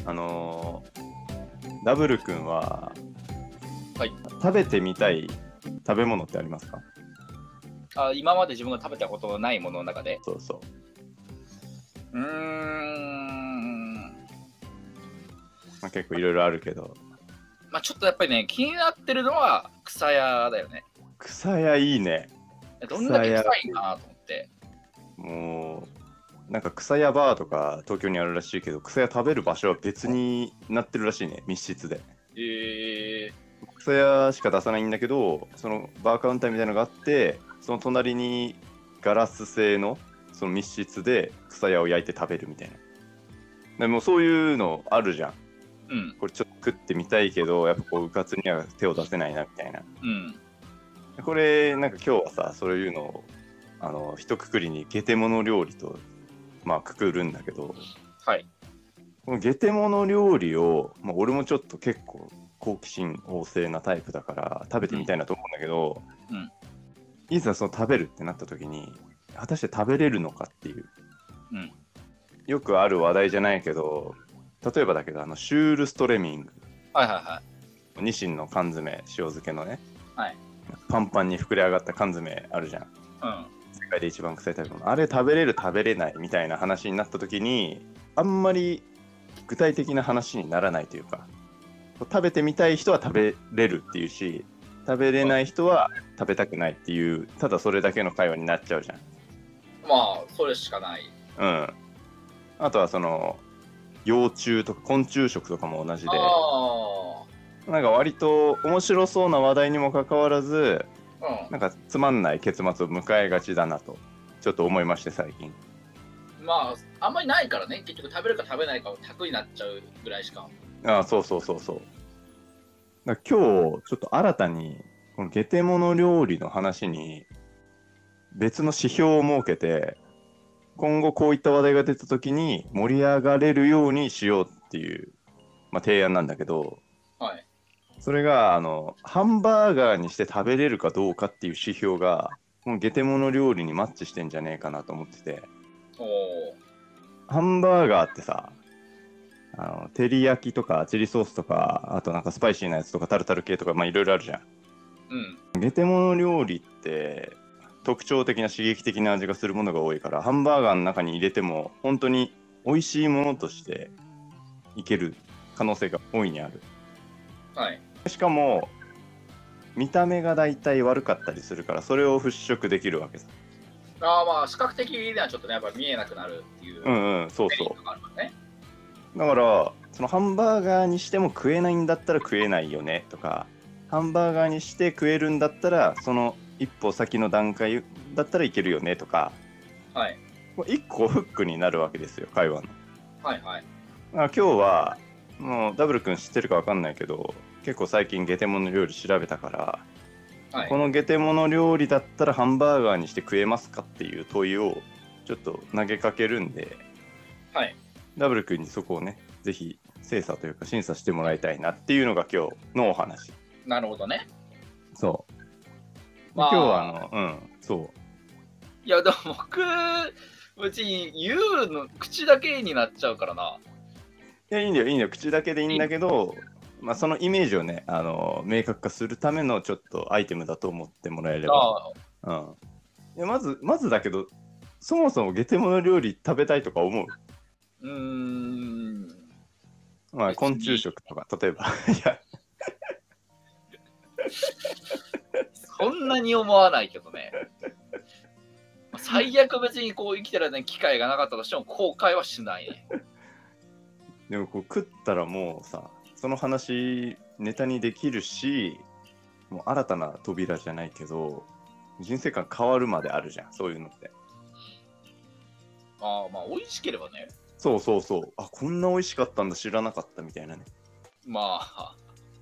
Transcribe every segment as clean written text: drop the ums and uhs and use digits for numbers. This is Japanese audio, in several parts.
ダブル君は、 はい、 食べてみたい食べ物ってありますか？ 今まで自分が食べたことのないものの中で。 そうそう。結構いろいろあるけど。 ちょっとやっぱりね、気になってるのは草屋だよね。 草屋いいね。 どんだけ臭いかなと思って。 もう、なんか草屋バーとか東京にあるらしいけど、草屋食べる場所は別になってるらしいね、密室で。草屋しか出さないんだけど、そのバーカウンターみたいなのがあって、その隣にガラス製のその密室で草屋を焼いて食べるみたいな。でもそういうのあるじゃん。 うん、 これちょっと食ってみたいけど、やっぱこう、うかつには手を出せないなみたいな。 うん、 これ、なんか今日はさ、そういうのを、一括りにゲテモノ料理と、まあ、くくるんだけど、 はい。 このゲテモノ料理を、まあ、俺もちょっと結構好奇心旺盛なタイプだから食べてみたいなと思うんだけど、 うん、 いざその食べるってなった時に、果たして食べれるのかっていう、 うん、 よくある話題じゃないけど、例えばだけど、シュールストレミング、 はいはいはい。 ニシンの缶詰、塩漬けのね、 はい。 パンパンに膨れ上がった缶詰あるじゃん。 うん。 世界で一番臭い食べ物。あれ食べれる食べれないみたいな話になった時に、あんまり具体的な話にならないというか、食べてみたい人は食べれるっていうし、食べれない人は食べたくないっていう、ただそれだけの会話になっちゃうじゃん。 まあ、それしかない。 うん。あとはその、幼虫とか昆虫食とかも同じで、なんか割と面白そうな話題にもかかわらず、なんかつまんない結末を迎えがちだなとちょっと思いまして最近。 まああんまりないからね、結局食べるか食べないかを択になっちゃうぐらいしか。 ああ、そうそうそうそう。だから今日ちょっと新たにこのゲテモノ料理の話に別の指標を設けて、今後こういった話題が出た時に盛り上がれるようにしようっていう、まあ、提案なんだけど、 はい。 それがハンバーガーにして食べれるかどうかっていう指標がこのゲテモノ料理にマッチしてんじゃねえかなと思ってて。ハンバーガーってさ、照り焼きとかチリソースとか、あとなんかスパイシーなやつとかタルタル系とか、まあいろいろあるじゃん。 うん。 ゲテモノ料理って特徴的な刺激的な味がするものが多いから、ハンバーガーの中に入れても本当に美味しいものとしていける可能性が大いにある。 はい。 しかも見た目がだいたい悪かったりするから、それを払拭できるわけさ。 まあ視覚的にはちょっとね、やっぱ見えなくなるっていう。 そうそう。 があるからね。 だからそのハンバーガーにしても食えないんだったら食えないよねとか、ハンバーガーにして食えるんだったらその一歩先の段階だったらいけるよねとか、 はい。 一個フックになるわけですよ、会話の。 はいはい。 今日はもうダブル君知ってるか分かんないけど、結構最近ゲテモノ料理調べたから、 はい、 このゲテモノ料理だったらハンバーガーにして食えますかっていう問いをちょっと投げかけるんで、 はい、 ダブル君にそこをね、ぜひ精査というか審査してもらいたいなっていうのが今日のお話。 なるほどね。 そう。 まあ、 今日はそう。 いやでも僕別に言うの口だけになっちゃうからな。 いや、いいんだよいいんだよ、口だけでいいんだけど、まあそのイメージをね、明確化するためのちょっとアイテムだと思ってもらえれば。いやまずだけど、そもそもゲテモノ料理食べたいとか思う？まあ昆虫食とか例えばいやそんなに思わないけどね。最悪別にこう生きてる、ね、機会がなかったとしても後悔はしないね。 でもこう食ったらもうさ、その話ネタにできるし、もう新たな扉じゃないけど人生観変わるまであるじゃん、そういうのって。 まあ美味しければね。 そうそうそう。あ、こんな美味しかったんだ、知らなかったみたいなね。 まあ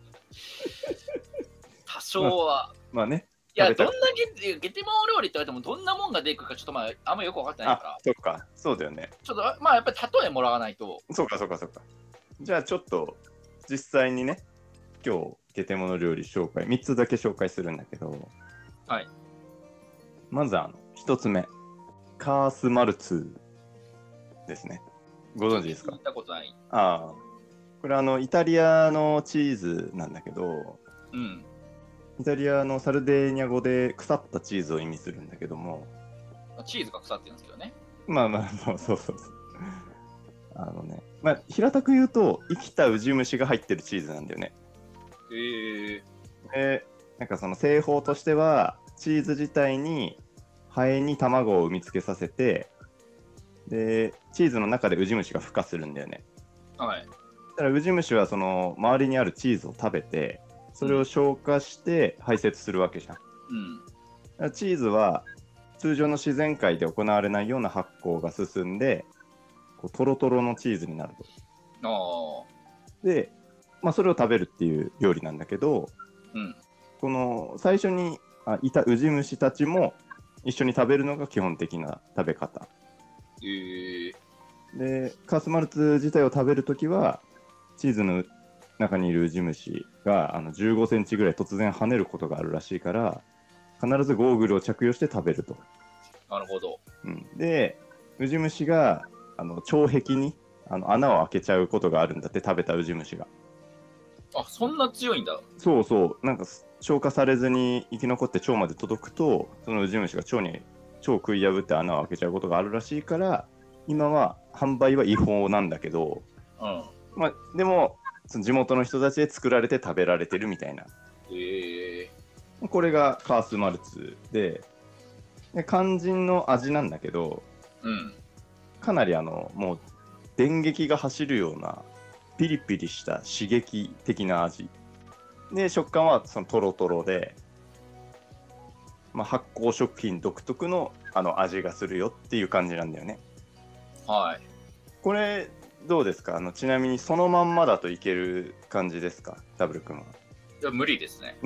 多少は。 まあね。 いや、どんなゲテモノ料理って言われてもどんなもんが出てくるかちょっとまああんまよく分かってないから。 あ、そっか。そうだよね。 ちょっとまあやっぱり例えもらわないと。 そうか。じゃあちょっと実際にね、今日ゲテモノ料理紹介、3つだけ紹介するんだけど、 はい。 まず1つ目、カースマルツですね。ご存知ですか？ 聞いたことない。 ああ。 これイタリアのチーズなんだけど、 うん。 イタリアのサルデーニャ語で腐ったチーズを意味するんだけども、 チーズが腐ってるんですけどね。 まあまあ、そう。まあ、平たく言うと、生きたウジ虫が入ってるチーズなんだよね。で、なんかその製法としては、チーズ自体にハエに卵を産みつけさせて、で、チーズの中でウジ虫が孵化するんだよね。 はい。 だからウジ虫はその周りにあるチーズを食べて、それを消化して排泄するわけじゃん。だからチーズは通常の自然界で行われないような発酵が進んで、こうトロトロのチーズになると。で、まあ、それを食べるっていう料理なんだけど、この最初にいたウジ虫たちも一緒に食べるのが基本的な食べ方。で、カースマルツ自体を食べるときは、チーズの中にいるウジ虫が15センチぐらい突然跳ねることがあるらしいから、必ずゴーグルを着用して食べると。 なるほど。 で、ウジ虫が腸壁に穴を開けちゃうことがあるんだって、食べたウジ虫が。 あ、そんな強いんだ。 そう、なんか消化されずに生き残って腸まで届くと、そのウジ虫が腸を食い破って穴を開けちゃうことがあるらしいから、今は販売は違法なんだけど、まあ、でもその地元の人たちで作られて食べられてるみたいな。これがカースマルツで肝心の味なんだけど、かなりもう電撃が走るようなピリピリした刺激的な味で、食感はそのトロトロで、まあ、発酵食品独特の味がするよっていう感じなんだよね。 はい。 これどうですか？ちなみにそのまんまだといける感じですか、ダブル君は？ いや、無理ですね。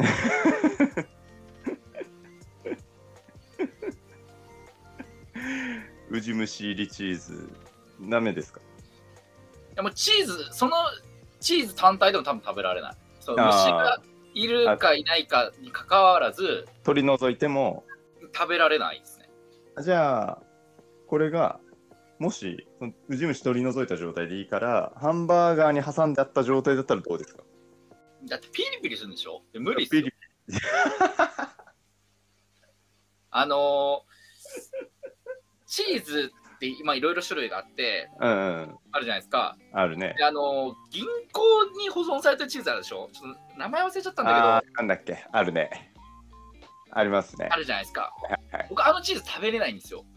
ウジ虫入りチーズダメですか？ いや、もうそのチーズ単体でも多分食べられない。そう、虫がいるかいないかにかかわらず取り除いても食べられないですね。 じゃあこれがもしウジ虫取り除いた状態でいいからハンバーガーに挟んであった状態だったらどうですか？ だってピリピリするんでしょ？無理っすよ。チーズって今いろいろ種類があって、あるじゃないですか。 あるね。 で銀行に保存されたチーズあるでしょ？ちょっと名前忘れちゃったんだけど。 なんだっけ？あるね。ありますね。 あるじゃないですか。 はい、 僕チーズ食べれないんですよ。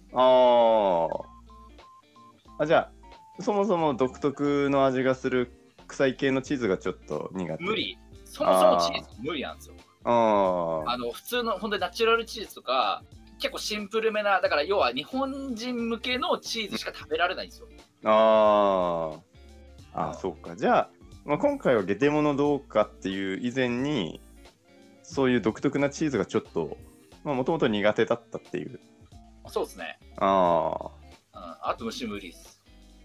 じゃあそもそも独特の味がする臭い系のチーズがちょっと苦手。 無理。そもそもチーズ無理なんですよ。普通の本当にナチュラルチーズとか結構シンプルめな、だから要は日本人向けのチーズしか食べられないんですよ。 そうか。じゃあ、まあ、今回はゲテモノどうかっていう以前にそういう独特なチーズがちょっともともと苦手だったっていう。 そうですね。あと虫無理です。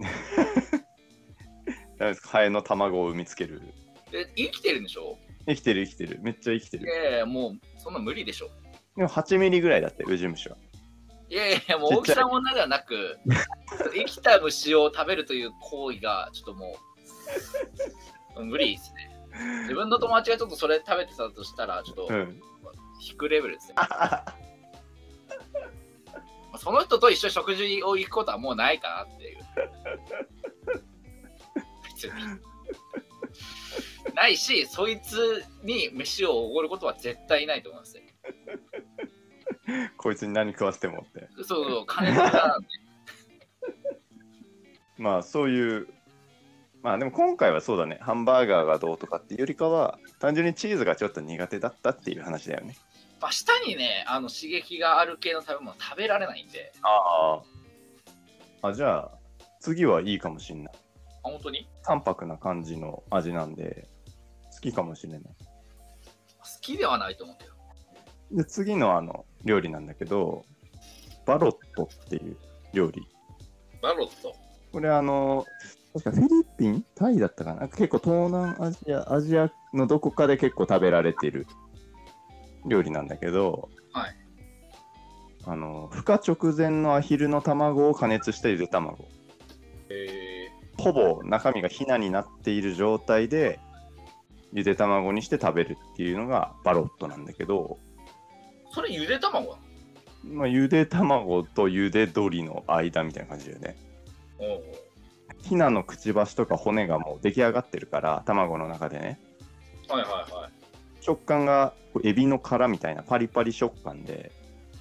ダメですか？ハエの卵を産みつける。 生きてるんでしょ？ 生きてる。めっちゃ生きてる。 もうそんな無理でしょ。 でも8ミリぐらいだって、ウジ虫は。 いや、もう大きさ問題ではなく、生きた虫を食べるという行為がちょっともう無理ですね。自分の友達がちょっとそれ食べてたとしたら、ちょっと引くレベルですね。その人と一緒に食事を行くことはもうないかなっていう。別に。ないし、そいつに飯をおごることは絶対ないと思いますよ。 こいつに何食わせてもって。 そう、金の無駄なんで。 まあそういう、まあでも今回はそうだね、ハンバーガーがどうとかっていうよりかは、単純にチーズがちょっと苦手だったっていう話だよね。 舌にね、刺激がある系の食べ物食べられないんで。 じゃあ次はいいかもしんない。 本当に？ 淡白な感じの味なんで好きかもしれない。好きではないと思うけど。 で次の料理なんだけど、バロットっていう料理。 バロット。これ確かフィリピン、タイだったかな。結構東南アジアのどこかで結構食べられてる料理なんだけど、孵化直前のアヒルの卵を加熱したゆで卵。 ほぼ中身がひなになっている状態でゆで卵にして食べるっていうのがバロットなんだけど、 それゆで卵まあ、ゆで卵とゆで鶏の間みたいな感じだよね。ひなのくちばしとか骨がもう出来上がってるから卵の中でね。 はいはいはい。 食感がエビの殻みたいなパリパリ食感で、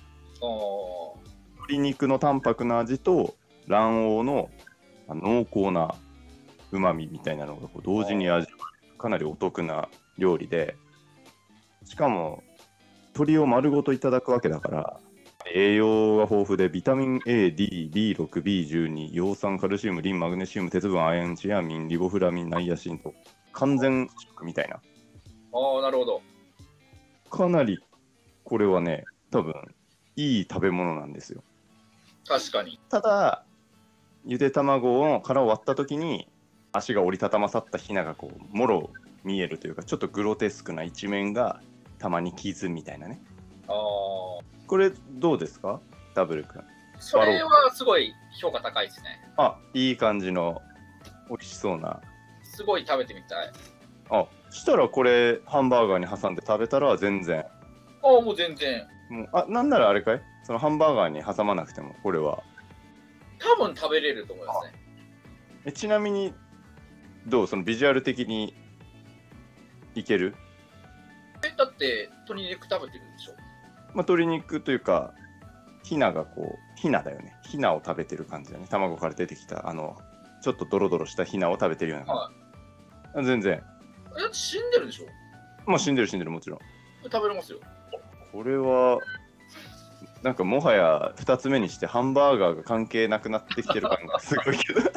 鶏肉の淡白な味と卵黄の濃厚なうまみみたいなのがこう同時に味わえるかなりお得な料理で、しかも鶏を丸ごといただくわけだから栄養が豊富でビタミン A、D、B6、B12、葉酸、カルシウム、リン、マグネシウム、鉄分、亜鉛、チアミン、リボフラミン、ナイアシンと完全食みたいな。 なるほど。 かなりこれはね多分いい食べ物なんですよ。 確かに。 ただゆで卵の殻を割った時に足が折りたたまさったひながこうもろ見えるというか、ちょっとグロテスクな一面がたまに傷みたいなね。これどうですかダブル君。 それはすごい評価高いですね。 いい感じの美味しそうな。 すごい食べてみたい。 したらこれハンバーガーに挟んで食べたら全然。 もう全然。 なんならあれかい、そのハンバーガーに挟まなくてもこれは多分食べれると思いますね。 ちなみにどう、そのビジュアル的にいける？ だって鶏肉食べてるでしょ。 鶏肉というかひながこうひなだよね。ひなを食べてる感じだね。卵から出てきたちょっとドロドロしたひなを食べてるような感じ。全然。 だって死んでるでしょ。 もう死んでるもちろん。 食べれますよ。これはなんかもはや2つ目にしてハンバーガーが関係なくなってきてる感がすごいけど。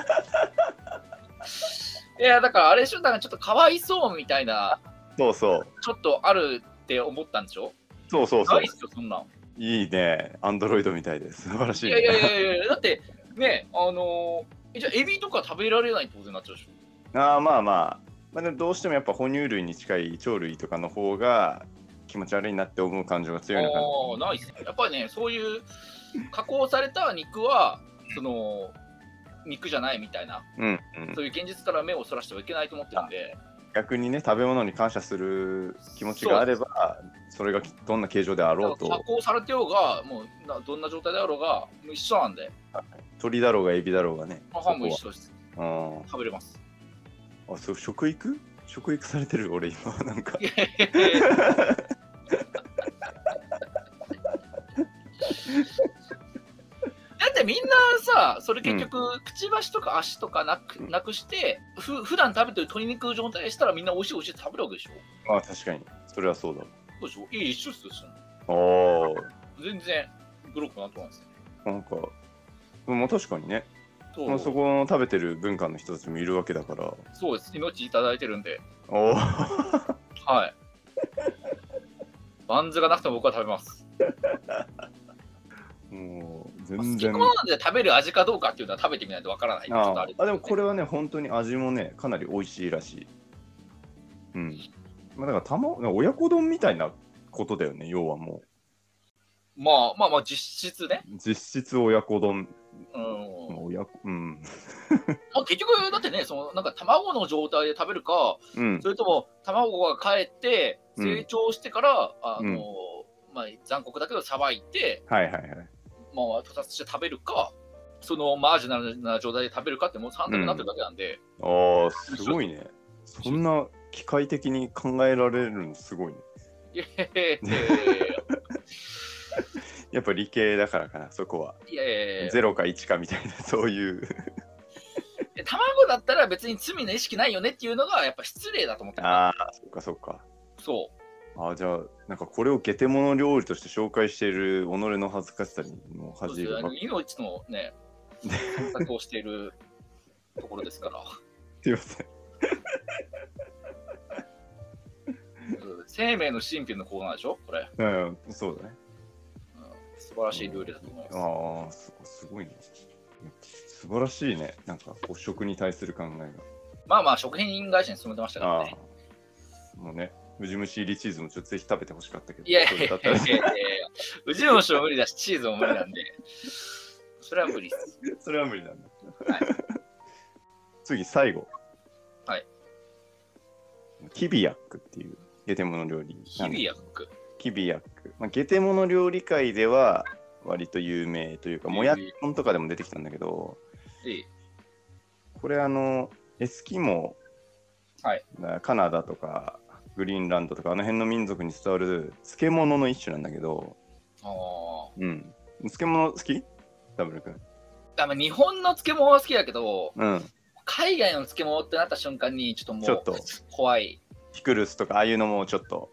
いやだからあれでしょ、だからちょっとかわいそうみたいな。 そうそう。 ちょっとあるって思ったんでしょ。 そう。 ないっすよそんなん。 いいね。アンドロイドみたいです。素晴らしい、 ね。いやだってねじゃあエビとか食べられないってことになっちゃうでしょ。 まあでもどうしてもやっぱ哺乳類に近い鳥類とかの方が気持ち悪いなって思う感情が強いのかな。 ないっすね。やっぱりね、そういう加工された肉はその肉じゃないみたいな、そういう現実から目をそらしてはいけないと思ってるんで。 逆にね、食べ物に感謝する気持ちがあれば、それがどんな形状であろうと。 加工されてようが、もうどんな状態であろうが、もう一緒なんで。 鳥だろうがエビだろうがね。 も一緒です。食べれます。 そう、食育されてる俺今なんか。 だってみんなさ、それ結局、くちばしとか足とかなくして普段食べてる鶏肉状態したらみんな美味しいって食べるわけでしょ。 確かにそれはそうだ。 そうでしょ。一緒っすよ。全然グロくなってます。 なんか確かにね。そこの食べてる文化の人たちもいるわけだから。 そうです。命いただいてるんで。はい。バンズがなくても僕は食べます。 もう全然。 好き好んで食べる味かどうかっていうのは食べてみないとわからない。 でもこれはね本当に味もねかなり美味しいらしい。だから親子丼みたいなことだよね、要はもう。まあ実質ね。 実質親子丼。 結局だってね、なんか卵の状態で食べるか、それとも卵が帰って成長してから、残酷だけどさばいて、2つして食べるか、そのマージナルな状態で食べるかってもう3択になってるだけなんで。 すごいね。そんな機械的に考えられるのすごいね。やっぱ理系だからかな、そこは。0か1かみたいな、そういう卵だったら別に罪の意識ないよねっていうのがやっぱ失礼だと思ってる。 そっか。 そう。 じゃあなんかこれをゲテモノ料理として紹介している己の恥ずかしさにも恥じる。 命のね選択をしているところですから。 すいません。 生命の神秘のコーナーでしょこれ。 そうだね。 素晴らしいルールだと思います。すごいね。素晴らしいね。なんか食に対する考えが。食品会社に勤めてましたからね。 もうね、ウジ虫入りチーズもちょっとぜひ食べてほしかったけど。 いやウジ虫も無理だし、チーズも無理なんで。それは無理です。 それは無理なんだ。 次最後。 はい。 キビヤックっていうゲテモノ料理。 キビヤック。 キビヤック。まあ、ゲテモノ料理界では割と有名というか、もやっこんとかでも出てきたんだけど、これエスキモー、はい、カナダとかグリーンランドとかあの辺の民族に伝わる漬物の一種なんだけど、うん。漬物好き？ダブル君。 日本の漬物は好きだけど、 うん、 海外の漬物ってなった瞬間にちょっともう怖い。 ピクルスとかああいうのもちょっと。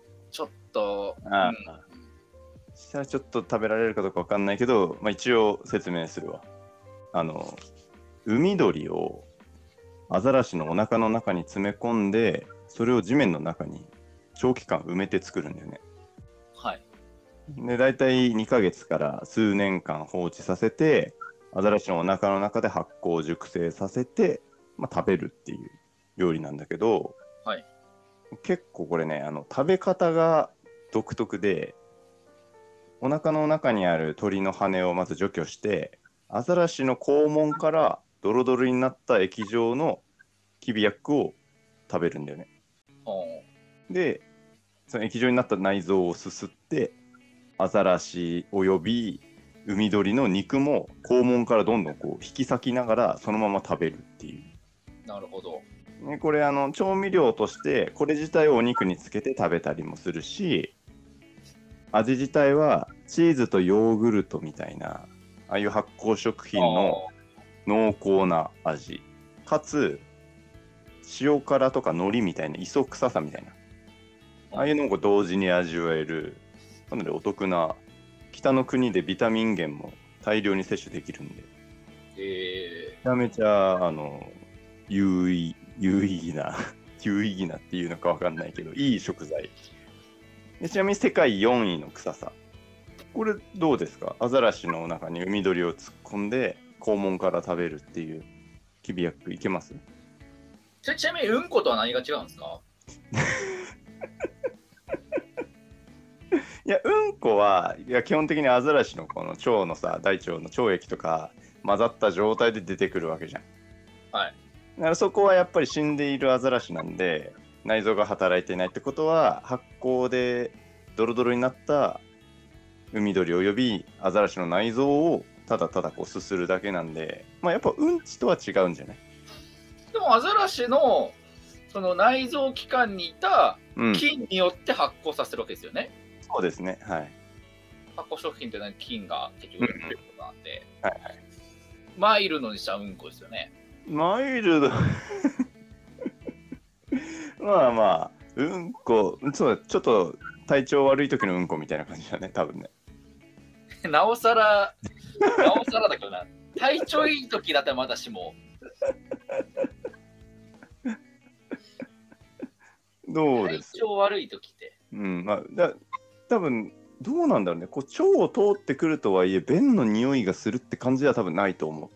したらちょっと食べられるかどうかわかんないけど、まあ、一応説明するわ。海鳥をアザラシのお腹の中に詰め込んで、それを地面の中に長期間埋めて作るんだよね。 はい。 で、だいたい2ヶ月から数年間放置させて、アザラシのお腹の中で発酵熟成させて、まあ、食べるっていう料理なんだけど、 はい、 結構これね、食べ方が独特で、お腹の中にある鳥の羽をまず除去して、アザラシの肛門からドロドロになった液状のキビヤックを食べるんだよね。で、その液状になった内臓をすすって、アザラシおよび海鳥の肉も肛門からどんどんこう引き裂きながらそのまま食べるっていう。 なるほど。 ね、これ調味料としてこれ自体をお肉につけて食べたりもするし、味自体はチーズとヨーグルトみたいなああいう発酵食品の濃厚な味かつ塩辛とか海苔みたいな磯臭さみたいなああいうのを同時に味わえるかなりお得な北の国でビタミン源も大量に摂取できるんで、めちゃめちゃ有意義な有意義なっていうのかわかんないけどいい食材で、ちなみに世界4位の臭さ。これどうですか？アザラシの中に海鳥を突っ込んで肛門から食べるっていうキビヤックいけます？ ちなみにうんことは何が違うんですか？ いや、うんこはいや基本的にアザラシのこの腸のさ、大腸の腸液とか混ざった状態で出てくるわけじゃん。 はい。 だからそこはやっぱり死んでいるアザラシなんで、内臓が働いていないってことは発酵でドロドロになった海鳥およびアザラシの内臓をただただこうすするだけなんで、まあやっぱうんちとは違うんじゃない？ でもアザラシのその内臓器官にいた菌によって発酵させるわけですよね。 そうですね。はい。 発酵食品って何菌が結局出ることなんで、 はいはい。 マイルドにしたうんこですよね。 マイルドまあまあ、うんこ、そう、ちょっと体調悪い時のうんこみたいな感じだね、多分ね。 なおさらだけどな。体調いい時だったらまだしも。 どうですか？ 体調悪い時って。 まあ、多分どうなんだろうね。こう腸を通ってくるとはいえ、便の匂いがするって感じでは多分ないと思う。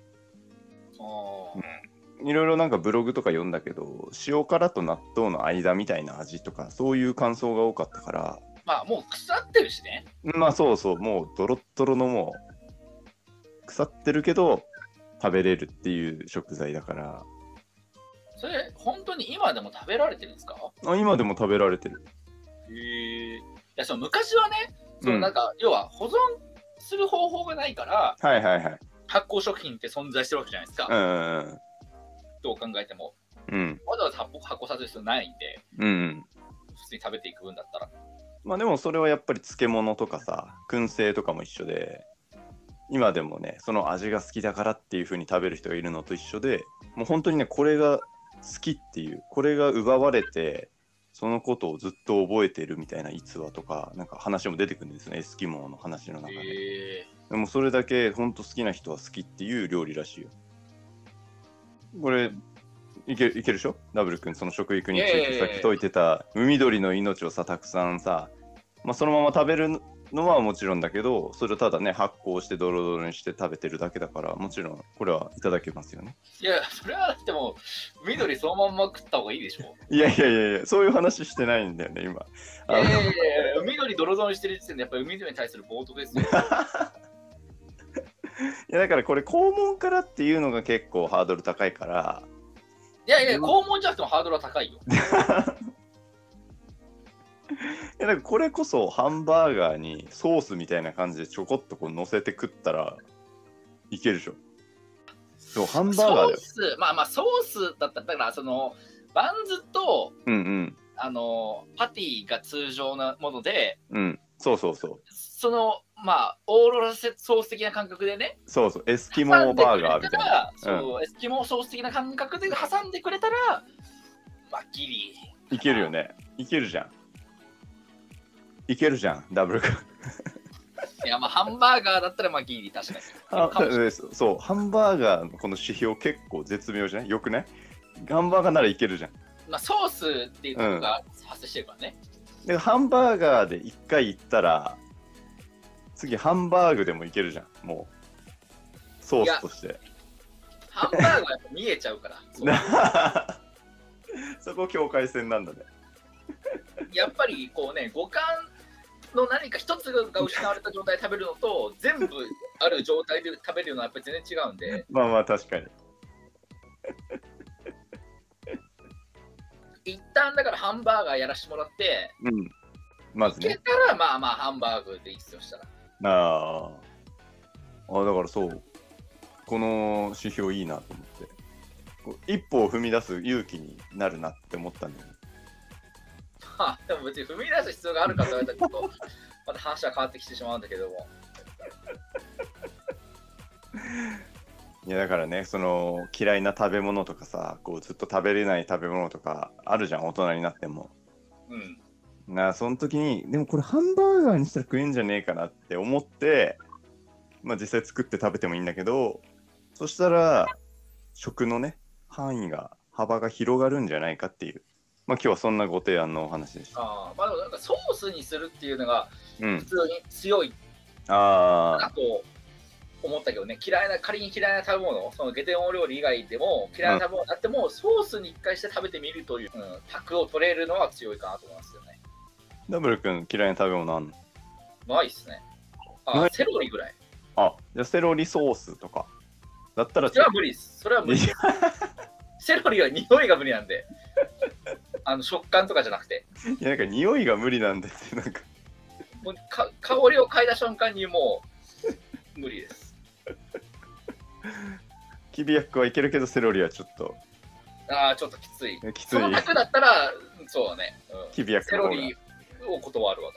いろいろなんかブログとか読んだけど、塩辛と納豆の間みたいな味とか、そういう感想が多かったから。 まあもう腐ってるしね。 まあそうそう、もうドロッドロのもう腐ってるけど食べれるっていう食材だから。 それ本当に今でも食べられてるんですか？ 今でも食べられてる。 いや、その昔はね、そのなんか、要は保存する方法がないから、 はいはいはい、 発酵食品って存在してるわけじゃないですか。どう考えても。わざわざ発酵させる必要ないんで、普通に食べていく分だったら。 まあでもそれはやっぱり漬物とかさ、燻製とかも一緒で、今でもね、その味が好きだからっていう風に食べる人がいるのと一緒で、もう本当にね、これが好きっていう、これが奪われて、そのことをずっと覚えてるみたいな逸話とか、なんか話も出てくるんですね、エスキモーの話の中で。でもそれだけ本当好きな人は好きっていう料理らしいよ。これ、いけるでしょ？ダブル君、その食育についてさっき解いてた海鳥の命をさ、たくさんさ、まあ、そのまま食べるのはもちろんだけど、それをただね、発酵してドロドロにして食べてるだけだから、もちろんこれはいただけますよね。 いや、それはだってもう、緑そのまんま食った方がいいでしょ。 いや、そういう話してないんだよね、今。 緑ドロドロにしてる時点で、やっぱり海鳥に対する冒涜ですよ。 いや、だからこれ、肛門からっていうのが結構ハードル高いから、 いやいや、肛門じゃなくてもハードルは高いよ。 なんかこれこそハンバーガーにソースみたいな感じでちょこっとこう乗せて食ったらいけるでしょ。そう、ハンバーガーだよ。 ソース、まあまあソースだったら、だからそのバンズと、パティが通常なもので、 そうそうそう。 そのまあオーロラソース的な感覚でね、 そうそう、エスキモーバーガーみたいな。 そう、エスキモーソース的な感覚で挟んでくれたら、まあギリ。 いけるよね。いけるじゃん。いけるじゃん、ダブルか。 いや、まあハンバーガーだったらまあギリ確かに。 そう、ハンバーガーのこの指標結構絶妙じゃない？よくね。ハンバーガーならいけるじゃん。 まあソースっていうのが発生してるからね。 でハンバーガーで1回行ったら、次ハンバーグでもいけるじゃん、もう。ソースとして。 ハンバーガーやっぱ見えちゃうから。 そこ境界線なんだね。 やっぱりこうね、五感の何か一つが失われた状態で食べるのと、全部ある状態で食べるのはやっぱり全然違うんで。 まあまあ確かに。 一旦だからハンバーガーやらしてもらって、 まずね。 いけたらまあまあハンバーグでいいっすよしたら。 あ、だからそう、この指標いいなと思って。こう一歩を踏み出す勇気になるなって思ったんだよね。 でも別に踏み出す必要があるかと言われたらちょっとまた話は変わってきてしまうんだけども。 いやだからね、その嫌いな食べ物とかさ、こうずっと食べれない食べ物とかあるじゃん、大人になっても。その時に、でもこれハンバーガーにしたら食えんじゃねえかなって思って、まあ実際作って食べてもいいんだけど、そしたら食のね、幅が広がるんじゃないかっていう。まあ今日はそんなご提案のお話でした。 まあでもなんかソースにするっていうのが普通に強いなと思ったけどね、仮に嫌いな食べ物、そのゲテモン料理以外でも嫌いな食べ物あっても、ソースに一回して食べてみるという、卓を取れるのは強いかなと思いますよね。 ダブル君嫌いな食べ物あんの？ ないっすね。セロリぐらい。 じゃあセロリソースとかだったらそれは無理です。それは無理です。セロリは匂いが無理なんで。食感とかじゃなくて。 いやなんか匂いが無理なんでってなんかもう香りを嗅いだ瞬間にもう無理です。 キビヤックはいけるけどセロリはちょっと。 ちょっときつい。 きつい。 その卓だったらそうだね。 キビヤックセロリを断るわ。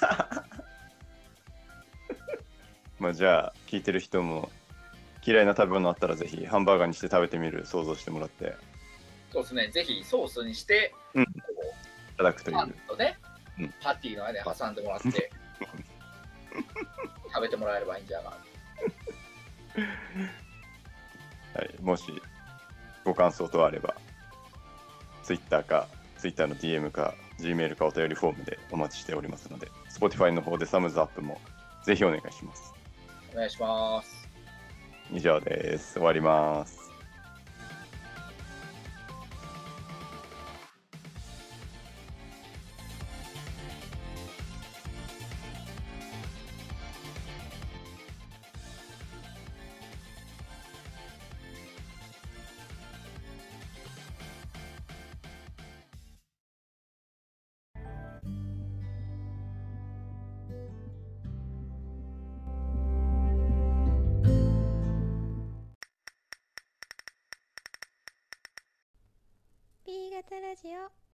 まあじゃあ聞いてる人も嫌いな食べ物あったらぜひハンバーガーにして食べてみる想像してもらって。 そうですね。ぜひソースにして、 いただくという。 パティの間に挟んでもらって食べてもらえればいいんじゃないかな。 はい、もしご感想等あれば Twitter の DM か Gmail かお便りフォームでお待ちしておりますので Spotify の方でサムズアップもぜひお願いします。 お願いします。 以上です。終わります。 B 型ラジオ